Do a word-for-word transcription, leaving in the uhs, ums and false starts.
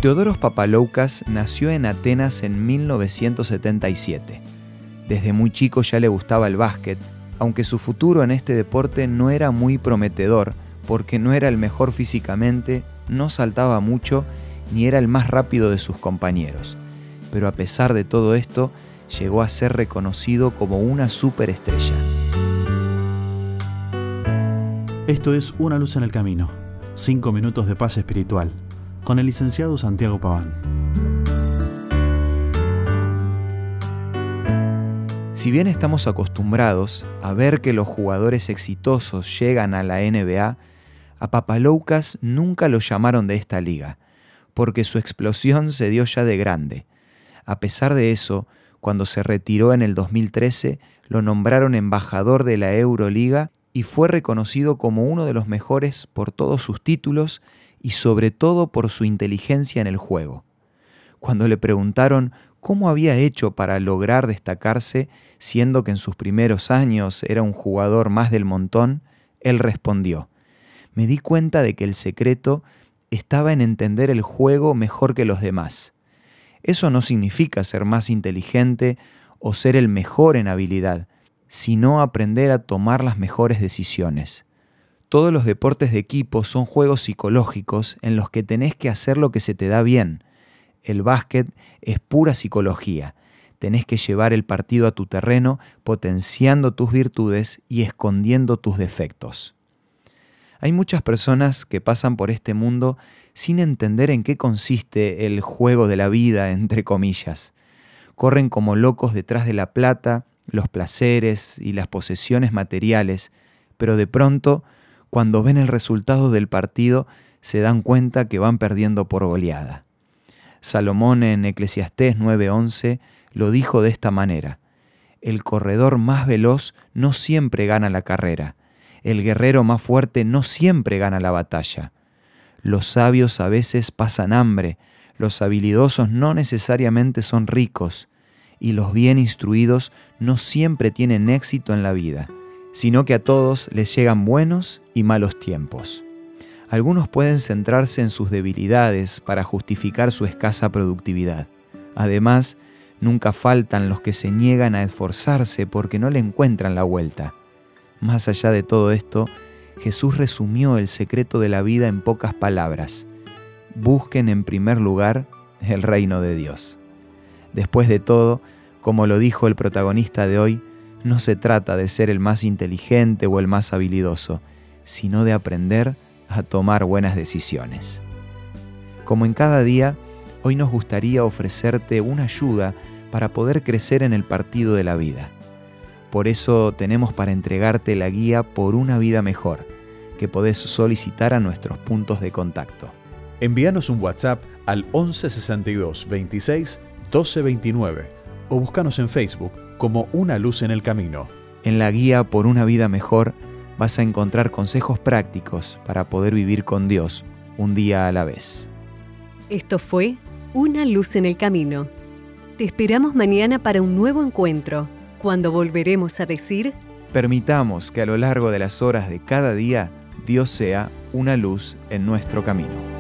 Theodoros Papaloukas nació en Atenas en mil novecientos setenta y siete. Desde muy chico ya le gustaba el básquet, aunque su futuro en este deporte no era muy prometedor, porque no era el mejor físicamente, no saltaba mucho, ni era el más rápido de sus compañeros. Pero a pesar de todo esto, llegó a ser reconocido como una superestrella. Esto es Una luz en el camino, cinco minutos de paz espiritual, con el licenciado Santiago Paván. Si bien estamos acostumbrados a ver que los jugadores exitosos llegan a la N B A, a Papaloukas nunca lo llamaron de esta liga, porque su explosión se dio ya de grande. A pesar de eso, cuando se retiró en el dos mil trece, lo nombraron embajador de la Euroliga y fue reconocido como uno de los mejores por todos sus títulos y sobre todo por su inteligencia en el juego. Cuando le preguntaron cómo había hecho para lograr destacarse, siendo que en sus primeros años era un jugador más del montón, él respondió: «Me di cuenta de que el secreto estaba en entender el juego mejor que los demás. Eso no significa ser más inteligente o ser el mejor en habilidad, sino aprender a tomar las mejores decisiones. Todos los deportes de equipo son juegos psicológicos en los que tenés que hacer lo que se te da bien. El básquet es pura psicología. Tenés que llevar el partido a tu terreno, potenciando tus virtudes y escondiendo tus defectos». Hay muchas personas que pasan por este mundo sin entender en qué consiste el juego de la vida, entre comillas. Corren como locos detrás de la plata, los placeres y las posesiones materiales, pero de pronto, cuando ven el resultado del partido, se dan cuenta que van perdiendo por goleada. Salomón en Eclesiastés nueve once lo dijo de esta manera: «El corredor más veloz no siempre gana la carrera. El guerrero más fuerte no siempre gana la batalla. Los sabios a veces pasan hambre, los habilidosos no necesariamente son ricos, y los bien instruidos no siempre tienen éxito en la vida, sino que a todos les llegan buenos y malos tiempos». Algunos pueden centrarse en sus debilidades para justificar su escasa productividad. Además, nunca faltan los que se niegan a esforzarse porque no le encuentran la vuelta. Más allá de todo esto, Jesús resumió el secreto de la vida en pocas palabras: busquen en primer lugar el reino de Dios. Después de todo, como lo dijo el protagonista de hoy, no se trata de ser el más inteligente o el más habilidoso, sino de aprender a tomar buenas decisiones. Como en cada día, hoy nos gustaría ofrecerte una ayuda para poder crecer en el partido de la vida. Por eso tenemos para entregarte la guía Por una vida mejor, que podés solicitar a nuestros puntos de contacto. Envíanos un WhatsApp al once sesenta y dos veintiséis doce veintinueve o búscanos en Facebook como Una luz en el camino. En la guía Por una vida mejor vas a encontrar consejos prácticos para poder vivir con Dios un día a la vez. Esto fue Una luz en el camino. Te esperamos mañana para un nuevo encuentro, cuando volveremos a decir: permitamos que a lo largo de las horas de cada día Dios sea una luz en nuestro camino.